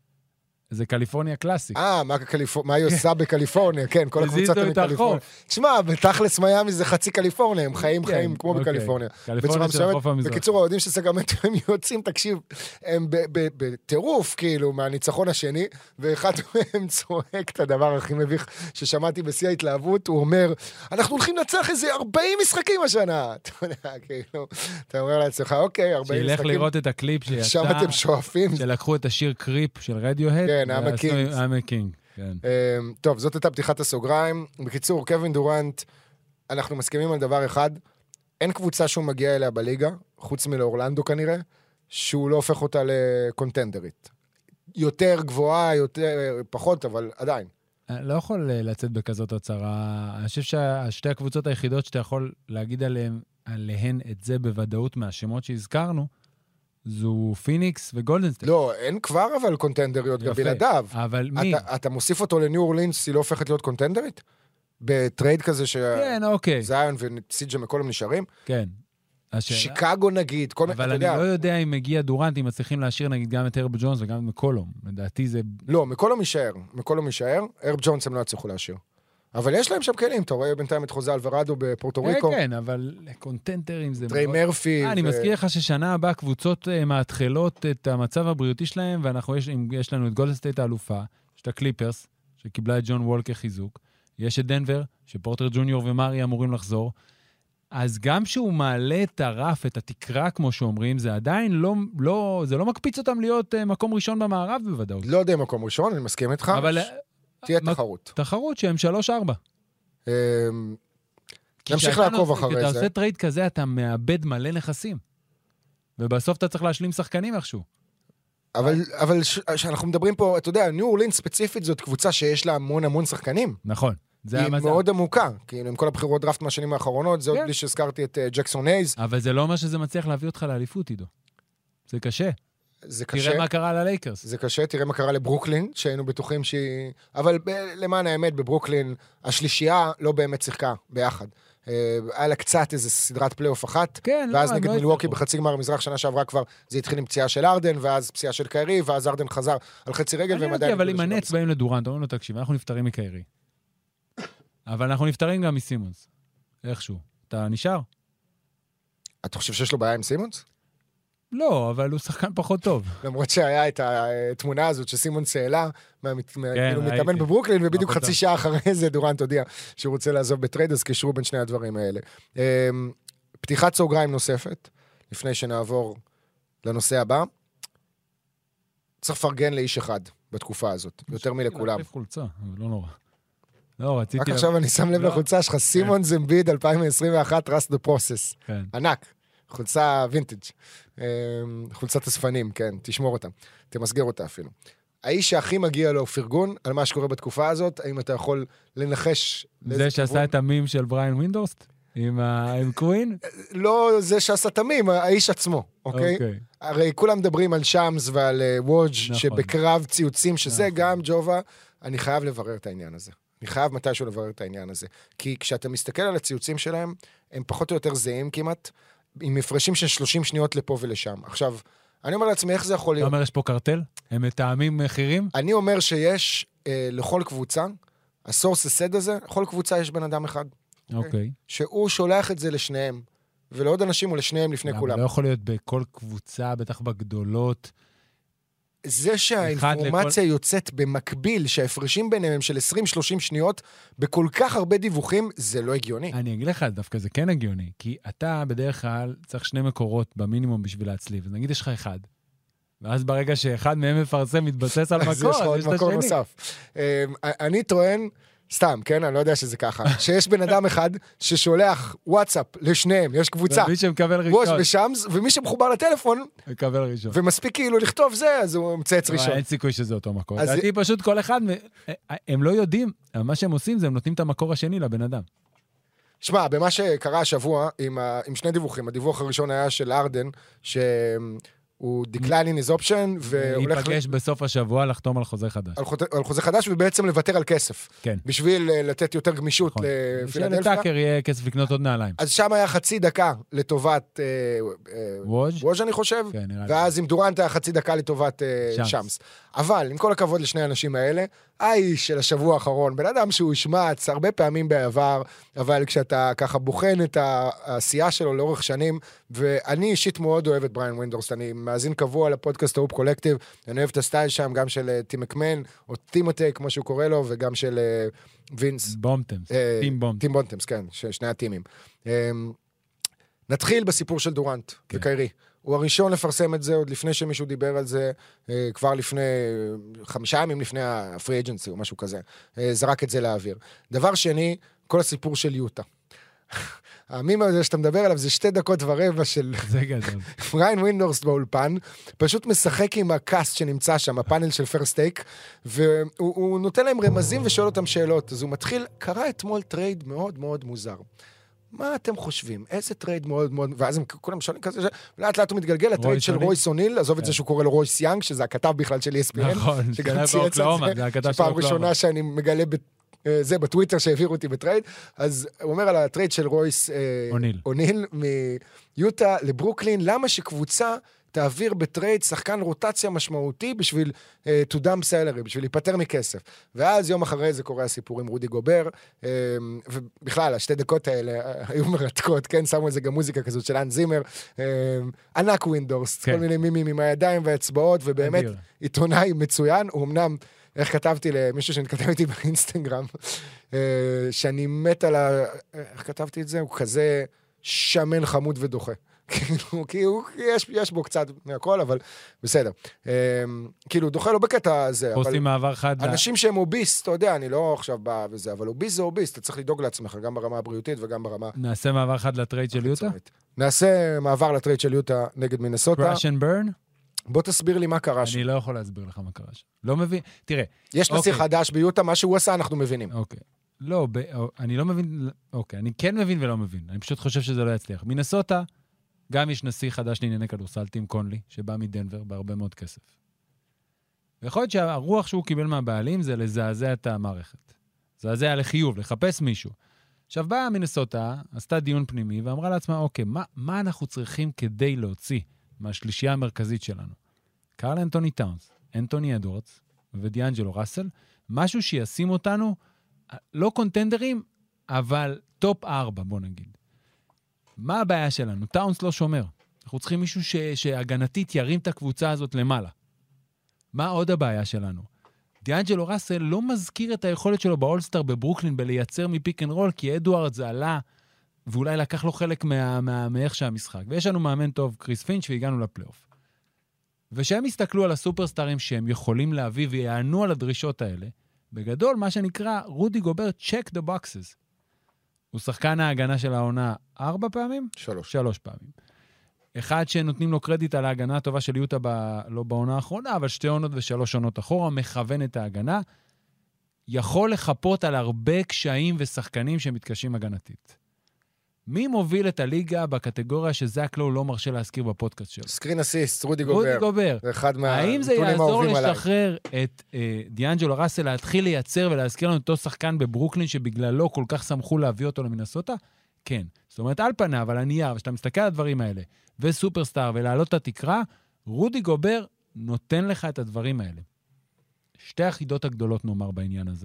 זה קליפורניה קלאסיק. אה, מה היא עושה בקליפורניה? כן, כל הקבוצות הם מקליפורניה. תשמע, בתכלס מיאמי זה חצי קליפורניה, הם חיים חיים כמו בקליפורניה. קליפורניה של החוף המזרח. בקיצור, האוהדים של סקרמנטו הם יוצאים, תקשיב, הם בטירוף, כאילו, מהניצחון השני, ואחד מהם צועק את הדבר הכי מביך ששמעתי בשיא ההתלהבות, הוא אומר, אנחנו הולכים לנצח איזה ארבעים משחקים השנה. אתה יודע, כאילו, אתה אומר לעצמך, אוקיי, ארבעים משחקים. שילך לראות את הקליפ שיצא, שם אתם שואפים. שלקחו את השיר קריפ של רדיוהד. I'm a king. I'm a king, כן. טוב, זאת הייתה פתיחת הסוגריים. בקיצור, קווין דורנט, אנחנו מסכימים על דבר אחד, אין קבוצה שהוא מגיע אליה בליגה, חוץ מלאורלנדו כנראה, שהוא לא הופך אותה לקונטנדרית. יותר גבוהה, יותר פחות, אבל עדיין. אני לא יכול לצאת בכזאת הצהרה. אני חושב שהשתי הקבוצות היחידות שאתה יכול להגיד עליהן, עליהן את זה בוודאות מהשמות שהזכרנו, זו פיניקס וגולדן סטייט. לא, אין כבר אבל קונטנדריות גם בלעדיו. אבל מי? אתה, אתה מוסיף אותו לניו אורלינס, היא לא הופכת להיות קונטנדרית? בטרייד כזה ש... כן, אוקיי. זיון וסיג'ה מקולם נשארים? כן. השאלה... שיקגו נגיד, כל... אבל אני יודע... לא יודע אם מגיע דורנט, אם מצליחים להשאיר נגיד גם את הרב ג'ונס וגם את מקולום. לדעתי זה... לא, מקולום יישאר. מקולום יישאר. הרב ג'ונס הם לא יצליחו להשאיר. אבל יש להם שם כלים, אתה רואה בינתיים את חוזה אלוורדו בפורטו ריקו. כן, כן, אבל קונטנטרים זה... טריי מרפי. אני מזכיר לך ששנה הבאה קבוצות מאתחלות את המצב הבריאותי שלהם, ואנחנו, יש לנו את גולדן סטייט האלופה, יש את הקליפרס, שקיבלה את ג'ון וול כחיזוק, יש את דנבר, שפורטר ג'וניור ומרי אמורים לחזור, אז גם שהוא מעלה את הרף, את התקרה, כמו שאומרים, זה עדיין לא, לא, זה לא מקפיץ אותם להיות מקום ראשון במערב בוודאות. לא יודע מקום ראשון, אני מסכים איתך. אבל... תהיה תחרות. תחרות שהם שלוש ארבע. נמשיך לעקוב אחרי זה. כשאתה עושה טרייד כזה, אתה מאבד מלא נכסים. ובסוף אתה צריך להשלים שחקנים איכשהו. אבל שאנחנו מדברים פה, אתה יודע, ניו אורלינס ספציפית זאת קבוצה שיש לה המון המון שחקנים. נכון. היא מאוד עמוקה, כאילו עם כל הבחירות דראפט מהשנים האחרונות, זה עוד בלי שהזכרתי את ג'קסון הייז. אבל זה לא מה שזה מצליח להביא אותך לאליפות, עידו. זה קשה. זה קשה. תראה מה קרה ללייקרס. זה קשה, תראה מה קרה לברוקלין, שהיינו בטוחים שהיא... אבל למען האמת, בברוקלין, השלישייה לא באמת שיחקה ביחד. היה לה קצת איזו סדרת פלייאוף אחת, ואז נגד מילווקי בחצי גמר המזרח שנה שעברה כבר, זה התחיל עם פציעה של ארדן, ואז פציעה של קיירי, ואז ארדן חזר על חצי רגל, והם עדיין... אבל אם הנץ באים לדורנט, אומרים לו, תקשיב, אנחנו נפטרים מקיירי. אבל אנחנו נפטרים גם מסימונס. איכשהו. אתה נשאר? אתה חושב שיש לו בעיה עם סימונס? לא, אבל הוא שחקן פחות טוב. למרות שהיה את התמונה הזאת שסימונס העלה, כאילו מתאמן בברוקלין, ובדיוק חצי שעה אחרי זה דורנט הודיע שהוא רוצה לעזוב בטרייד, אז קשרו בין שני הדברים האלה. פתיחת סוגריים נוספת, לפני שנעבור לנושא הבא, צריך לפרגן לאיש אחד בתקופה הזאת, יותר מלכולם. להחליף חולצה, אבל לא נורא. לא, רציתי... רק עכשיו אני שם לב לחולצה שלך, סימונס אמביד אלפיים עשרים ואחת, Trust the Process. ענק. חולצה וינטג', חולצת הספנים, כן, תשמור אותה, תמסגר אותה אפילו. האיש שהכי מגיע לו פרגון על מה שקורה בתקופה הזאת, האם אתה יכול לנחש... זה שעשה את המים של בריין ווינדורסט? עם קווין? לא זה שעשה את המים, האיש עצמו, אוקיי? הרי כולם מדברים על שמס ועל וודג' שבקרב ציוצים, שזה גם ג'ובה, אני חייב לברר את העניין הזה. אני חייב מתישהו לברר את העניין הזה. כי כשאתה מסתכל על הציוצים שלהם, הם פחות או יותר זהים כמעט, עם מפרשים של שלושים שניות לפה ולשם. עכשיו, אני אומר לעצמי, איך זה יכול להיות? אתה אומר, יש פה קרטל? הם מתאמים מחירים? אני אומר שיש אה, לכל קבוצה, הסורס הסד הזה, לכל קבוצה יש בן אדם אחד. אוקיי. Okay. שהוא שולח את זה לשניהם, ולעוד אנשים או לשניהם לפני כולם. לא יכול להיות בכל קבוצה, בטח בגדולות. זה שהאינפורמציה לכל... יוצאת במקביל, שההפרשים ביניהם הם של עשרים שלושים שניות, בכל כך הרבה דיווחים, זה לא הגיוני. אני אגיד לך, דווקא זה כן הגיוני, כי אתה בדרך כלל צריך שני מקורות במינימום בשביל להצליב. אז נגיד יש לך אחד, ואז ברגע שאחד מהם מפרסם, מתבסס על מקור, אז יש לך עוד מקור נוסף. אני טוען, סתם, כן? אני לא יודע שזה ככה. שיש בן אדם אחד ששולח וואטסאפ לשניהם, יש קבוצה. ומי שמקבל ראשון. ווש ושמס, ומי שמחובר לטלפון, מקבל ראשון. ומספיק כאילו לכתוב זה, אז הוא מצייץ ראשון. אין סיכוי שזה אותו מקור. לדעתי פשוט כל אחד, הם לא יודעים, מה שהם עושים זה הם נותנים את המקור השני לבן אדם. שמע, במה שקרה השבוע, עם שני דיווחים, הדיווח הראשון היה של ארדן, ש... הוא declining his option, והולך... להיפגש בסוף השבוע לחתום על חוזה חדש. על, חוזה, על חוזה חדש, ובעצם לוותר על כסף. כן. בשביל לתת יותר גמישות נכון. לפילדלפיה. שלטאקר יהיה כסף לקנות עוד נעליים. אז שם היה חצי דקה לטובת... ווז'? ווז' אני חושב. כן, נראה לי. ואז עם דורנט היה חצי דקה לטובת שמס. שמס. אבל, עם כל הכבוד לשני האנשים האלה, האיש של השבוע האחרון, בן אדם שהוא השמץ הרבה פעמים בעבר, אבל כשאתה ככה בוחן את העשייה שלו לאורך שנים, ואני אישית מאוד אוהב את בריין ווינדורסט, אני מאזין קבוע לפודקאסט ההופ קולקטיב, אני אוהב את הסטייל שם, גם של טים מקמן, או טימותי, כמו שהוא קורא לו, וגם של וינס. בומטמס, טים בומטמס. טים בומטמס, כן, שני הטימים. נתחיל בסיפור של דורנט וקיירי. הוא הראשון לפרסם את זה, עוד לפני שמישהו דיבר על זה, כבר לפני, חמישה ימים לפני הפרי אג'נסי או משהו כזה. זרק את זה לאוויר. דבר שני, כל הסיפור של יוטה. המים הזה שאתה מדבר עליו, זה שתי דקות ורבע של... זה גדול. בריין ווינדורסט באולפן, פשוט משחק עם הקאסט שנמצא שם, הפאנל של פרסטייק, והוא נותן להם רמזים ושואל אותם שאלות. אז הוא מתחיל, קרה אתמול טרייד מאוד מאוד מוזר. מה אתם חושבים? איזה טרייד מאוד מאוד... ואז הם כולם שואלים כזה, ולאט לאט הוא מתגלגל, הטרייד של רויס אוניל, עזוב את זה שהוא קורא לו רויס יאנג, שזה הכתב בכלל של E S P N, נכון, שגם צייץ את זה, שפעם ראשונה שאני מגלה זה בטוויטר שהעבירו אותי בטרייד, אז הוא אומר על הטרייד של רויס אוניל מיוטה לברוקלין, למה שקבוצה תעביר בטרייד שחקן רוטציה משמעותי בשביל uh, to dump salary, בשביל להיפטר מכסף. ואז יום אחרי זה קורה הסיפור עם רודי גובר, uh, ובכלל, השתי דקות האלה היו מרתקות, כן, שמו איזה גם מוזיקה כזאת של אן זימר, uh, ענק ווינדורס, כן. כל מיני מימים עם הידיים והאצבעות, ובאמת אדיר. עיתונאי מצוין, הוא אמנם, איך כתבתי למישהו שנתכתב איתי באינסטגרם, uh, שאני מת על ה... איך כתבתי את זה? הוא כזה שמן חמוד ודוחה. כאילו, יש, יש בו קצת מהכל, אבל בסדר. כאילו, דוחה לא בקטע הזה, אבל... עושים מעבר חד... אנשים שהם אוביסט, אתה יודע, אני לא עכשיו בא וזה, אבל אוביסט זה אוביסט, אתה צריך לדאוג לעצמך, גם ברמה הבריאותית וגם ברמה... נעשה מעבר חד לטרייד של יוטה? נעשה מעבר לטרייד של יוטה נגד מינסוטה. Crash and burn? בוא תסביר לי מה קרה שם. אני לא יכול להסביר לך מה קרה שם. לא מבין, תראה. יש נשיא חדש ביוטה, מה שהוא עשה, אנחנו מבינים. אוקיי. לא, אני לא מבין, אוקיי, אני כן מבין ולא מבין. אני פשוט חושב שזה לא יצליח. מינסוטה, גם יש נשיא חדש לענייני כדורסל, טים קונלי, שבא מדנבר בהרבה מאוד כסף. ויכול להיות שהרוח שהוא קיבל מהבעלים זה לזעזע את המערכת. לזעזע לחיוב, לחפש מישהו. עכשיו באה מינסוטה, עשתה דיון פנימי, ואמרה לעצמה, אוקיי, מה, מה אנחנו צריכים כדי להוציא מהשלישייה המרכזית שלנו? קרל אנטוני טאונס, אנטוני אדוורדס ודיאנג'לו ראסל, משהו שישים אותנו, לא קונטנדרים, אבל טופ ארבע, בוא נגיד. מה הבעיה שלנו? טאונס לא שומר. אנחנו צריכים מישהו ש... שהגנתית ירים את הקבוצה הזאת למעלה. מה עוד הבעיה שלנו? דיאנג'לו ראסל לא מזכיר את היכולת שלו באולסטאר בברוקלין בלייצר מפיק אנד רול, כי אדוארד זה עלה, ואולי לקח לו חלק מה... מה... מאיך שהמשחק. ויש לנו מאמן טוב, קריס פינץ', והגענו לפלייאוף. ושהם הסתכלו על הסופרסטארים שהם יכולים להביא ויענו על הדרישות האלה, בגדול, מה שנקרא, רודי גובר, check the boxes. הוא שחקן ההגנה של העונה ארבע פעמים? שלוש. שלוש פעמים. אחד שנותנים לו קרדיט על ההגנה הטובה של יוטה, ב... לא בעונה האחרונה, אבל שתי עונות ושלוש עונות אחורה, מכוון את ההגנה, יכול לחפות על הרבה קשיים ושחקנים שמתקשים הגנתית. מי מוביל את הליגה בקטגוריה שזק לו לא מרשה להזכיר בפודקאסט שלו? סקרין אסיסט, רודי גובר. רודי גובר. אחד מה... האם זה יעזור לשחרר את אה, דיאנג'לו ראסל להתחיל לייצר ולהזכיר לנו אותו שחקן בברוקלין שבגללו כל כך שמחו להביא אותו למינסוטה? כן. זאת אומרת, על פניו, על הנייר, ושאתה מסתכל על הדברים האלה, וסופרסטאר ולהעלות את התקרה, רודי גובר נותן לך את הדברים האלה. שתי החידות הגדולות נאמר בעניין הזה.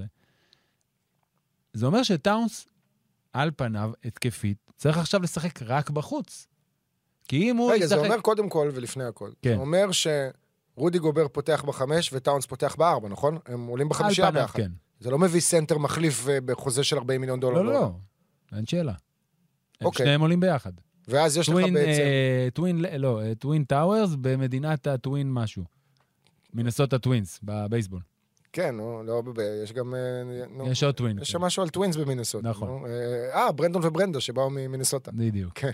זה אומר שטאונס על פניו, התקפית, צריך עכשיו לשחק רק בחוץ. כי אם הוא... רגע, ישחק... זה אומר קודם כל ולפני הכל. כן. זה אומר שרודי גובר פותח בחמש וטאונס פותח בארבע, נכון? הם עולים בחמישייה ביחד. כן. זה לא מביא סנטר מחליף בחוזה של ארבעים מיליון דולר. לא, לא, לא. אין שאלה. הם אוקיי. שניהם עולים ביחד. ואז יש טווין, לך בעצם... אה, טווין, לא, טווין טאוורס במדינת הטווין משהו. מינסוטה טווינס, בבייסבול. כן, לא, יש גם... יש עוד טווין. יש שם משהו על טווינס במינסוטה. נכון. אה, ברנדון וברנדו שבאו ממינסוטה. בדיוק. כן.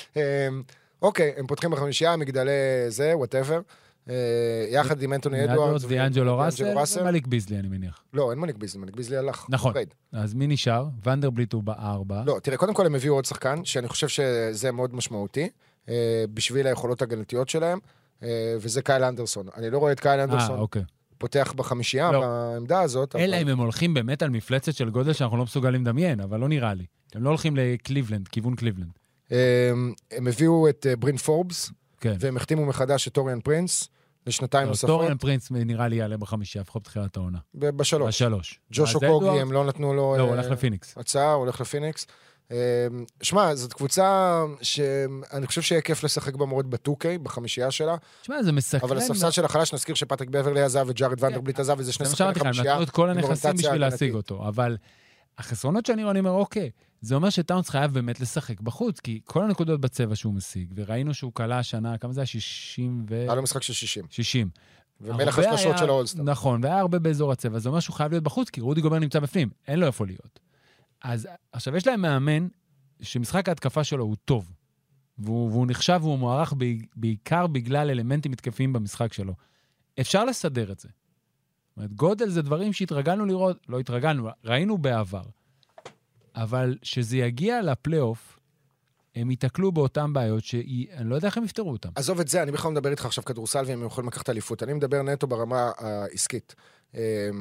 אוקיי, הם פותחים בחמישייה, מגדלי זה, whatever. יחד עם אנטוני אדוארדס. דיאנג'לו ראסל ומליק ביזלי, אני מניח. לא, אין מליק ביזלי, מליק ביזלי הלך. נכון. אז מי נשאר? ונדרבליט הוא בארבע. לא, תראה, קודם כל הם הביאו עוד שחקן, שאני חושב שזה מאוד משמעותי, בשביל היכולות הגנתיות שלהם, וזה קייל אנדרסון. אני לא רואה את קייל אנדרסון. אה, אוקיי. פותח בחמישייה, בעמדה הזאת. אלא אם הם הולכים באמת על מפלצת של גודל שאנחנו לא מסוגלים לדמיין, אבל לא נראה לי. הם לא הולכים לקליבלנד, כיוון קליבלנד. הם הביאו את ברין פורבס, והם החתימו מחדש את טוריאן פרינס, לשנתיים נוספות. טוריאן פרינס נראה לי יעלה בחמישייה, לפחות בתחילת העונה. בשלוש. בשלוש. ג'ושו קוגי, הם לא נתנו לו... לא, הוא הולך לפיניקס. הצעה, הוא הולך לפיניקס. שמע, זאת קבוצה שאני חושב שיהיה כיף לשחק בה מאוד בטוקיי, בחמישייה שלה. שמע, זה מסקרן. אבל הספסל של החלש, נזכיר שפטריק בברלי עזב וג'ארד ונדרבליט עזב, וזה שני שחקנים בחמישייה. הם נתנו את כל הנכסים בשביל להשיג אותו, אבל החסרונות שאני אומר, אוקיי, זה אומר שטאונס חייב באמת לשחק בחוץ, כי כל הנקודות בצבע שהוא משיג, וראינו שהוא קלה השנה, כמה זה היה? שישים ו... היה לו משחק של שישים. שישים. ומלך השלושות של האולסטאר. נכון, והיה הרבה באזור הצבע. זה אומר שהוא חייב להיות בחוץ, כי רודי גובר נמצא בפנים. אין לו איפה להיות. אז עכשיו יש להם מאמן שמשחק ההתקפה שלו הוא טוב, והוא, והוא נחשב והוא מוערך בעיקר בגלל אלמנטים מתקפיים במשחק שלו. אפשר לסדר את זה. זאת אומרת, גודל זה דברים שהתרגלנו לראות, לא התרגלנו, ראינו בעבר. אבל שזה יגיע לפלייאוף, הם יתקלו באותם בעיות שאני לא יודע איך הם יפתרו אותם. עזוב את זה, אני בכלל מדבר איתך עכשיו כדורסל, והם יכולים לקחת אליפות. אני מדבר נטו ברמה העסקית.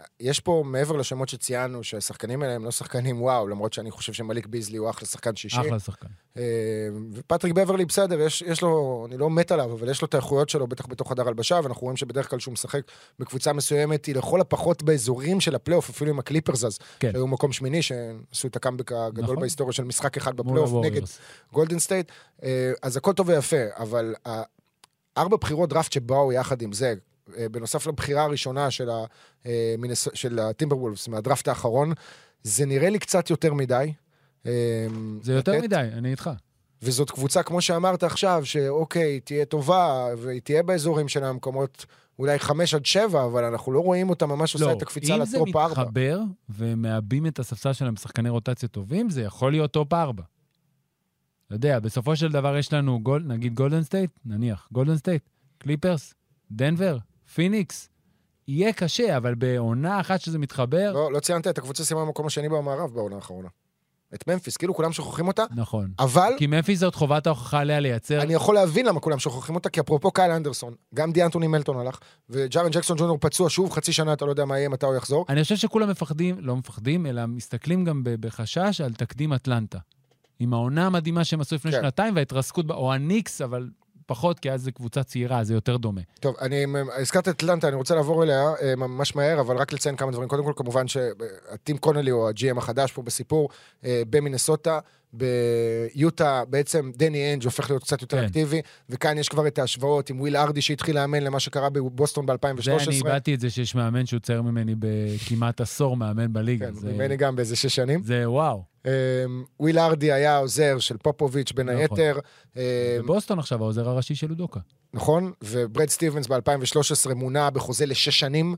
יש פה, מעבר לשמות שציינו, שהשחקנים האלה הם לא שחקנים וואו, למרות שאני חושב שמליק ביזלי הוא אחלה שחקן שישי. אחלה שחקן. ופטריק בברלי בסדר, יש, יש לו, אני לא מת עליו, אבל יש לו את האיכויות שלו, בטח בתוך חדר הלבשה, ואנחנו רואים שבדרך כלל שהוא משחק בקבוצה מסוימת, היא לכל הפחות באזורים של הפלייאוף, אפילו עם הקליפרס אז, כן. שהיו מקום שמיני, שעשו את הקאמבק הגדול נכון. בהיסטוריה של משחק אחד בפלייאוף, נגד גולדן סטייט, אז הכל טוב ויפה, אבל ארבע בחירות דראפט שבאו יחד עם זה, בנוסף לבחירה הראשונה של, ה, של הטימברוולפס, מהדראפט האחרון, זה נראה לי קצת יותר מדי. זה יותר מדי, אני איתך. וזאת קבוצה, כמו שאמרת עכשיו, שאוקיי, תהיה טובה, והיא תהיה באזורים של המקומות, אולי חמש עד שבע, אבל אנחנו לא רואים אותה ממש עושה את הקפיצה לטופ ארבע. אם זה מתחבר, ומאבים את הספסל שלהם בשחקני רוטציה טובים, זה יכול להיות טופ ארבע. אתה יודע, בסופו של דבר יש לנו, גול, נגיד גולדן סטייט, נניח, גולדן סטייט, קליפרס, דנבר, פיניקס, יהיה קשה, אבל בעונה אחת שזה מתחבר... לא, לא ציינת את הקבוצה סיימה במקום השני במערב בעונה האחרונה. את ממפיס, כאילו כולם שוכחים אותה. נכון. אבל... כי ממפיס זאת חובת ההוכחה עליה לייצר... אני יכול להבין למה כולם שוכחים אותה, כי אפרופו קייל אנדרסון, גם דיאנטוני מלטון הלך, וג'ארן ג'קסון ג'וניור פצוע שוב חצי שנה, אתה לא יודע מה יהיה, מתי הוא יחזור. אני חושב שכולם מפחדים, לא מפחדים, אלא מסתכלים גם בחשש על תקדים אטלנטה. עם העונה המדהימה שהם עשו לפני כן. שנתיים, וההתרסקות בה, או הניקס, אבל... פחות, כי אז זו קבוצה צעירה, זה יותר דומה. טוב, אני הזכרת את אטלנטה, אני רוצה לעבור אליה ממש מהר, אבל רק לציין כמה דברים. קודם כל, כמובן שהטים קונלי, או הג'י אם החדש פה בסיפור, במינסוטה, ביוטה, בעצם דני אנג' הופך להיות קצת יותר אקטיבי, וכאן יש כבר את ההשוואות עם וויל ארדי שהתחיל לאמן למה שקרה בבוסטון ב-אלפיים ושלוש עשרה. זה, אני הבאתי את זה שיש מאמן שהוא צייר ממני בכמעט עשור מאמן בליגה. כן, ממני גם באיזה שש שנים. זה וואו. וויל ארדי היה עוזר של פופוביץ' בין היתר. בבוסטון עכשיו העוזר הראשי של אודוקה. נכון, וברד סטיבנס ב-אלפיים ושלוש עשרה מונה בחוזה לשש שנים,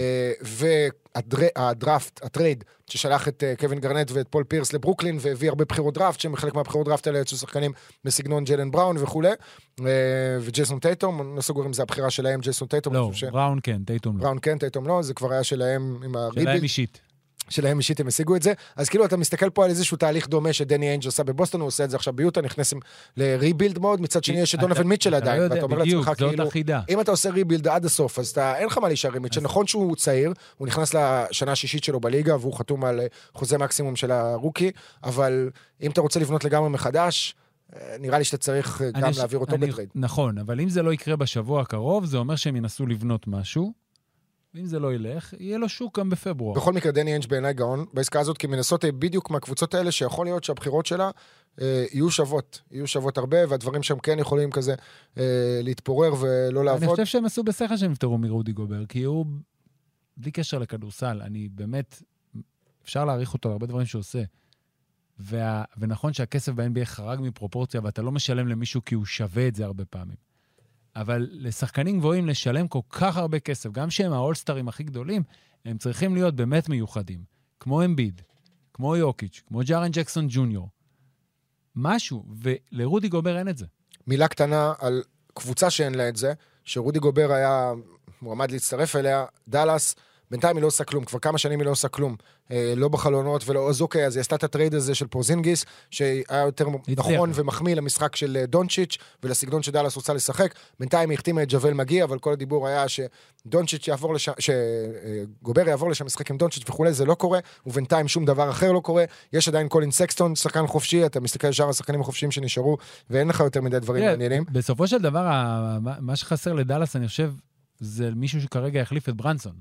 והדראפט, הטרייד, ששלח את קווין גרנט ואת פול פירס לברוקלין, והביא הרבה בחירות דראפט, שהם חלק מהבחירות דראפט האלה יצאו שחקנים בסגנון ג'לן בראון וכו', וג'ייסון טייטום, לא סגור אם זה הבחירה שלהם, ג'ייסון טייטום. לא, בראון כן, טייטום לא. בראון כן, טייטום לא, זה כבר היה שלהם עם הריביל. שלהם אישית. שלהם אישית הם השיגו את זה, אז כאילו אתה מסתכל פה על איזשהו תהליך דומה שדני אנג' עשה בבוסטון, הוא עושה את זה עכשיו ביוטה, נכנסים לריבילד מוד, מצד שני יש את דונובין מיטשל עדיין, ואתה אומר לעצמך כאילו, אם אתה עושה ריבילד עד הסוף, אז אין לך מה להישאר עם מיטשל, נכון שהוא צעיר, הוא נכנס לשנה השישית שלו בליגה, והוא חתום על חוזה מקסימום של הרוקי, אבל אם אתה רוצה לבנות לגמרי מחדש, נראה לי שאתה צריך גם להעביר אותו בטרייד. נכון, אבל אם זה לא יקרה בשבוע הקרוב, זה אומר שהם ינסו לבנות משהו, ואם זה לא ילך, יהיה לו שוק גם בפברואר. בכל מקרה, דני אנג' בעיניי גאון בעסקה הזאת, כי מנסות בדיוק מהקבוצות האלה, שיכול להיות שהבחירות שלה אה, יהיו שוות, יהיו שוות הרבה, והדברים שהם כן יכולים כזה אה, להתפורר ולא לעבוד. אני חושב שהם עשו בשכל שהם יפתרו מרודי גובר, כי הוא, בלי קשר לכדורסל, אני באמת, אפשר להעריך אותו על הרבה דברים שהוא עושה, וה, ונכון שהכסף ב-אן בי איי חרג מפרופורציה, ואתה לא משלם למישהו כי הוא שווה את זה הרבה פעמים. אבל לשחקנים גבוהים לשלם כל כך הרבה כסף, גם שהם האולסטרים הכי גדולים, הם צריכים להיות באמת מיוחדים. כמו אמביד, כמו יוקיץ', כמו ג'ארן ג'קסון ג'וניור. משהו, ולרודי גובר אין את זה. מילה קטנה על קבוצה שאין לה את זה, שרודי גובר היה מועמד להצטרף אליה, דלס, בינתיים היא לא עושה כלום, כבר כמה שנים היא לא עושה כלום, אה, לא בחלונות ולא, אז אוקיי, אז היא עשתה את הטרייד הזה של פורזינגיס, שהיה יותר נכון ומחמיא למשחק של דונצ'יץ' ולסגנון שדלס רוצה לשחק, בינתיים היא החתימה את ג'וול מגיע, אבל כל הדיבור היה שדונצ'יץ' יעבור לשם, שגובר יעבור לשם משחק עם דונצ'יץ' וכולי, זה לא קורה, ובינתיים שום דבר אחר לא קורה, יש עדיין קולין סקסטון, שחקן חופשי, אתה מסתכל על שאר השחקנים החופשיים שנשארו, ואין לך יותר מדי דברים מעניינים. בסופו של דבר, מה שחסר לדלס, אני חושב, זה מישהו שכרגע יחליף את ברנסון.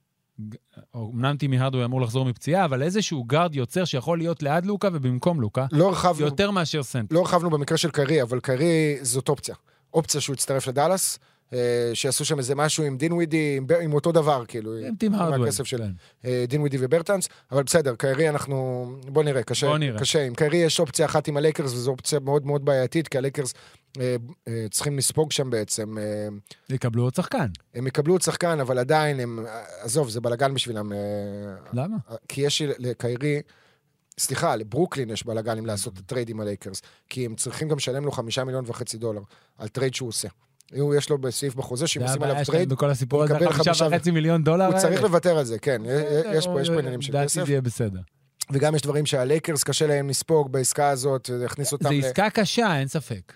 אמנם טימי הרדווי אמור לחזור מפציעה, אבל איזשהו גארד יוצר שיכול להיות ליד לוקה ובמקום לוקה, לא רחבנו, יותר מאשר סנטר. לא רחבנו במקרה של קרי, אבל קרי זאת אופציה. אופציה שהוא יצטרף לדלס, שיעשו שם איזה משהו עם דין ווידי, עם, עם אותו דבר, כאילו. עם טים הרדווי. של דין ווידי וברטנס, אבל בסדר, קרי אנחנו, בוא נראה, קשה. בוא נראה. קשה. עם קרי יש אופציה אחת עם הלייקרס, וזו אופציה מאוד מאוד בעייתית, כי הלייקרס אה, אה, צריכים לספוג שם בעצם. אה, יקבלו עוד שחקן. הם יקבלו עוד שחקן, אבל עדיין הם, עזוב, זה בלגן בשבילם. אה, למה? כי יש לקיירי, סליחה, לברוקלין יש בלגן אם לעשות את הטרייד עם הלייקרס, כי הם צריכים גם לשלם לו חמישה מיליון וחצי דולר על טרייד שהוא עושה. הוא יש לו בסעיף בחוזה, שאם עושים עליו טרייד, בכל הסיפור הזה, חמישה וחצי מיליון דולר. הוא צריך לוותר על זה, כן. יש פה עניינים של כסף. דעתי זה בסדר. וגם יש דברים שהלייקרס קשה להם לספוג בעסקה הזאת, להכניס אותם... זה עסקה קשה, אין ספק.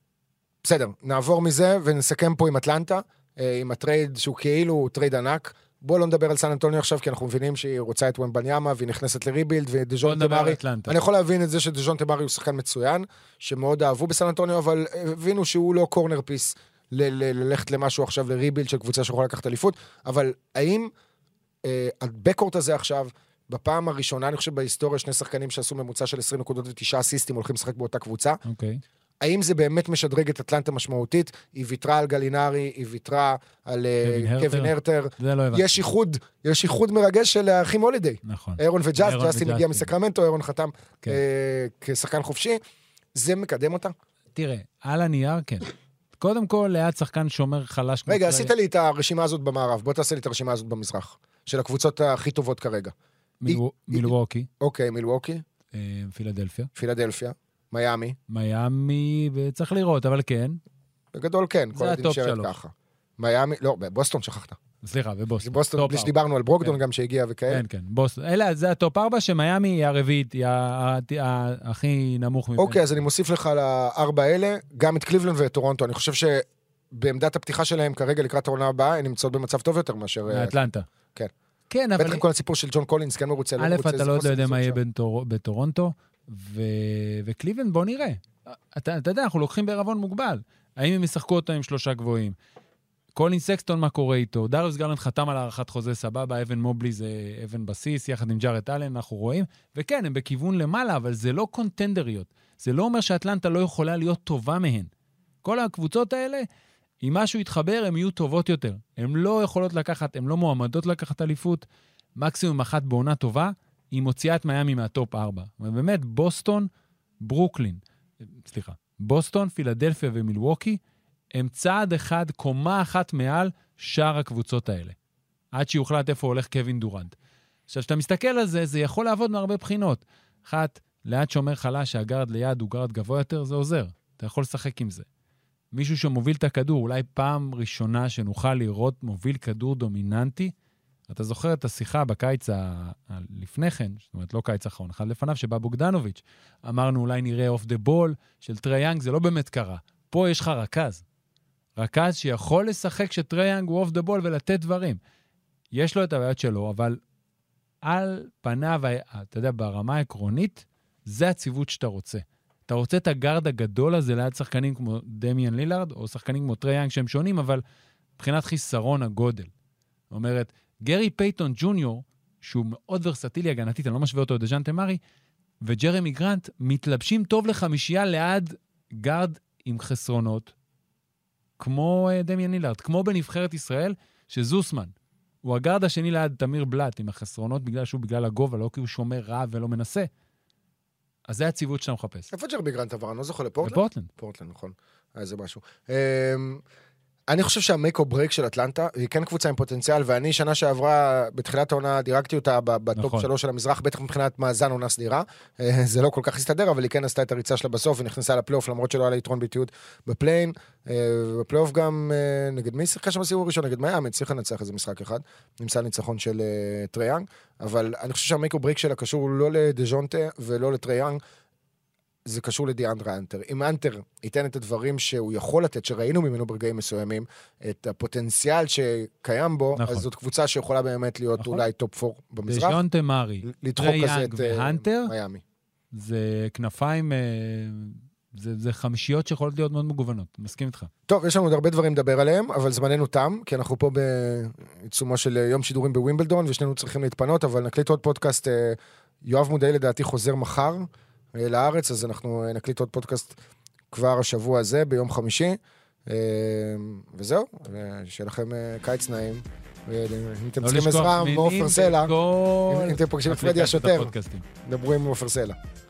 בסדר, נעבור מזה ונסכם פה עם אטלנטה, עם הטרייד שהוא כאילו טרייד ענק, בואו לא נדבר על סן אנטוניו עכשיו, כי אנחנו מבינים שהיא רוצה את ומבניאמה, והיא נכנסת לריבילד, ודז'ון תמרי. אני יכול להבין את זה שדז'ון תמרי הוא שחקן מצוין, שמאוד אהבו בסן אנטוניו, אבל הבינו שהוא לא קורנר פיס ללכת למשהו עכשיו לריבילד של קבוצה שיכולה לקחת אליפות, אבל האם הבקורט הזה עכשיו, בפעם הראשונה, אני חושב בהיסטוריה, שני שחקנים שעשו ממוצע של עשרים נקודות ותשעה אסיסטים הולכים לשחק באותה קבוצה. אוקיי. האם זה באמת משדרג את אטלנטה משמעותית? היא ויתרה על גלינרי, היא ויתרה על קווין הרטר. זה לא הבנתי. יש איחוד, יש איחוד מרגש של האחים הולידיי. נכון. אירון וג'אסט, ג'אסטין הגיע מסקרמנטו, אירון חתם כשחקן חופשי. זה מקדם אותה? תראה, על הנייר כן. קודם כל, ליד שחקן שומר חלש. רגע, עשית לי את הרשימה הזאת במערב, בוא תעשה לי את הרשימה הזאת במזרח, של הקבוצות הכי טובות כרגע. מילווקי. אוקיי, מילווקי. פילדלפיה. פילדלפיה. מיאמי. מיאמי, צריך לראות, אבל כן. בגדול כן, כל הדין שרת ככה. מיאמי, לא, בבוסטון שכחת. סליחה, בבוסטון. בבוסטון, בלי שדיברנו על ברוקדון גם שהגיע וכאלה. כן, כן, בוסטון. אלה, זה הטופ ארבע, שמיאמי היא הרביעית, היא הכי נמוך מבין. אוקיי, אז אני מוסיף לך לארבע האלה, גם את קליבלנד ואת טורונטו. אני חושב שבעמדת הפתיחה שלהם כרגע לקראת העונה הבאה, הן נמצאות במצב טוב יותר מאשר... אטלנטה. כן. כן, אבל... בטח כל הסיפור של ג'ון קולינס, כן מרוצה, לא מרוצה. א', אתה לא יודע מה יהיה בטורונטו, וקליבלנד, בוא נראה. אתה יודע, אנחנו לוקחים בערבון מוגבל. האם הם ישחקו אותו עם שלושה גבוהים? קולין סקסטון, מה קורה איתו? דריוס גרלנד חתם על הערכת חוזה סבבה, אבן מובלי זה אבן בסיס, יחד עם ג'ארט אלן, אנחנו רואים. וכן, הם בכיוון למעלה, אבל זה לא קונטנדריות. זה לא אומר שאטלנטה לא יכולה להיות טובה מהן. כל הקבוצות האלה, אם משהו יתחבר, הן יהיו טובות יותר. הן לא יכולות לקחת, הן לא מועמדות לקחת אליפות, מקסימום אחת בעונה טובה, היא מוציאה את מיאמי מהטופ ארבע. ובאמת, בוסטון, ברוקלין, סליחה, בוסטון, פילדלפיה ומילווקי, הם צעד אחד, קומה אחת מעל שאר הקבוצות האלה. עד שיוחלט איפה הולך קווין דורנט. עכשיו, כשאתה מסתכל על זה, זה יכול לעבוד מהרבה בחינות. אחת, ליד שומר חלש, שהגרד ליד הוא גרד גבוה יותר, זה עוזר. אתה יכול לשחק עם זה. מישהו שמוביל את הכדור, אולי פעם ראשונה שנוכל לראות מוביל כדור דומיננטי, אתה זוכר את השיחה בקיץ ה... לפני כן, זאת אומרת, לא קיץ האחרון, אחד לפניו, שבא בוגדנוביץ', אמרנו אולי נראה אוף דה בול של טרי יאנג, זה לא באמת קרה. פה יש לך רכז. רכז שיכול לשחק שטרי יאנג הוא אוף דה בול ולתת דברים. יש לו את הבעיות שלו, אבל על פניו, אתה יודע, ברמה העקרונית, זה הציוות שאתה רוצה. אתה רוצה את הגארד הגדול הזה ליד שחקנים כמו דמיאן לילארד, או שחקנים כמו טרי יאנג שהם שונים, אבל מבחינת חיסרון הגודל. זאת אומרת, גרי פייטון ג'וניור, שהוא מאוד ורסטילי הגנתית, אני לא משווה אותו לדז'אן תמרי, וג'רמי גרנט מתלבשים טוב לחמישייה ליד גארד עם חסרונות, כמו דמיאן לילארד, כמו בנבחרת ישראל, שזוסמן, הוא הגארד השני ליד תמיר בלט, עם החסרונות בגלל שהוא בגלל הגובה, לא כי הוא שומר רע ולא מנסה. אז זה הציוות שאתה מחפש. איפה ג'רמי גרנט עבר? אני לא זוכר, לפורטלנד? לפורטלנד. פורטלנד, נכון. היה זה משהו. אני חושב שהמייק או ברייק של אטלנטה, היא כן קבוצה עם פוטנציאל, ואני שנה שעברה, בתחילת העונה, דירקתי אותה בטופ שלוש של המזרח, בטח מבחינת מאזן עונה סדירה. זה לא כל כך הסתדר, אבל היא כן עשתה את הריצה שלה בסוף, ונכנסה לפלייאוף, למרות שלא היה לה יתרון ביתיות בפליין. בפלייאוף גם, נגד מי שיחקה שם בסיבוב הראשון? נגד מיאמי, צריך לנצח איזה משחק אחד, נמצא ניצחון של טרי יאנג, אבל אני חושב שהמייק או ברייק שלה קשור לא לדז'ונטה ולא לטרי יאנג, זה קשור לדיאנדרה אנטר. אם אנטר ייתן את הדברים שהוא יכול לתת, שראינו ממנו ברגעים מסוימים, את הפוטנציאל שקיים בו, נכון. אז זאת קבוצה שיכולה באמת להיות נכון. אולי טופ פור במזרח. דז'ונטה מרי, טרי יאנג והנטר, מיאמי. זה כנפיים, זה, זה חמישיות שיכולות להיות מאוד מגוונות. מסכים איתך. טוב, יש לנו עוד הרבה דברים לדבר עליהם, אבל זמננו תם, כי אנחנו פה בעיצומו של יום שידורים בווימבלדון, ושנינו צריכים להתפנות, אבל נקליט עוד פודקאסט, יואב מודעי לדעתי חוזר מחר, לארץ, אז אנחנו נקליט עוד פודקאסט כבר השבוע הזה, ביום חמישי, וזהו, שיהיה לכם קיץ נעים, ואם אתם צריכים עזרה, מעופר סלע, אם אתם פוגשים את פרדי השוטר, דברו עם מעופר סלע.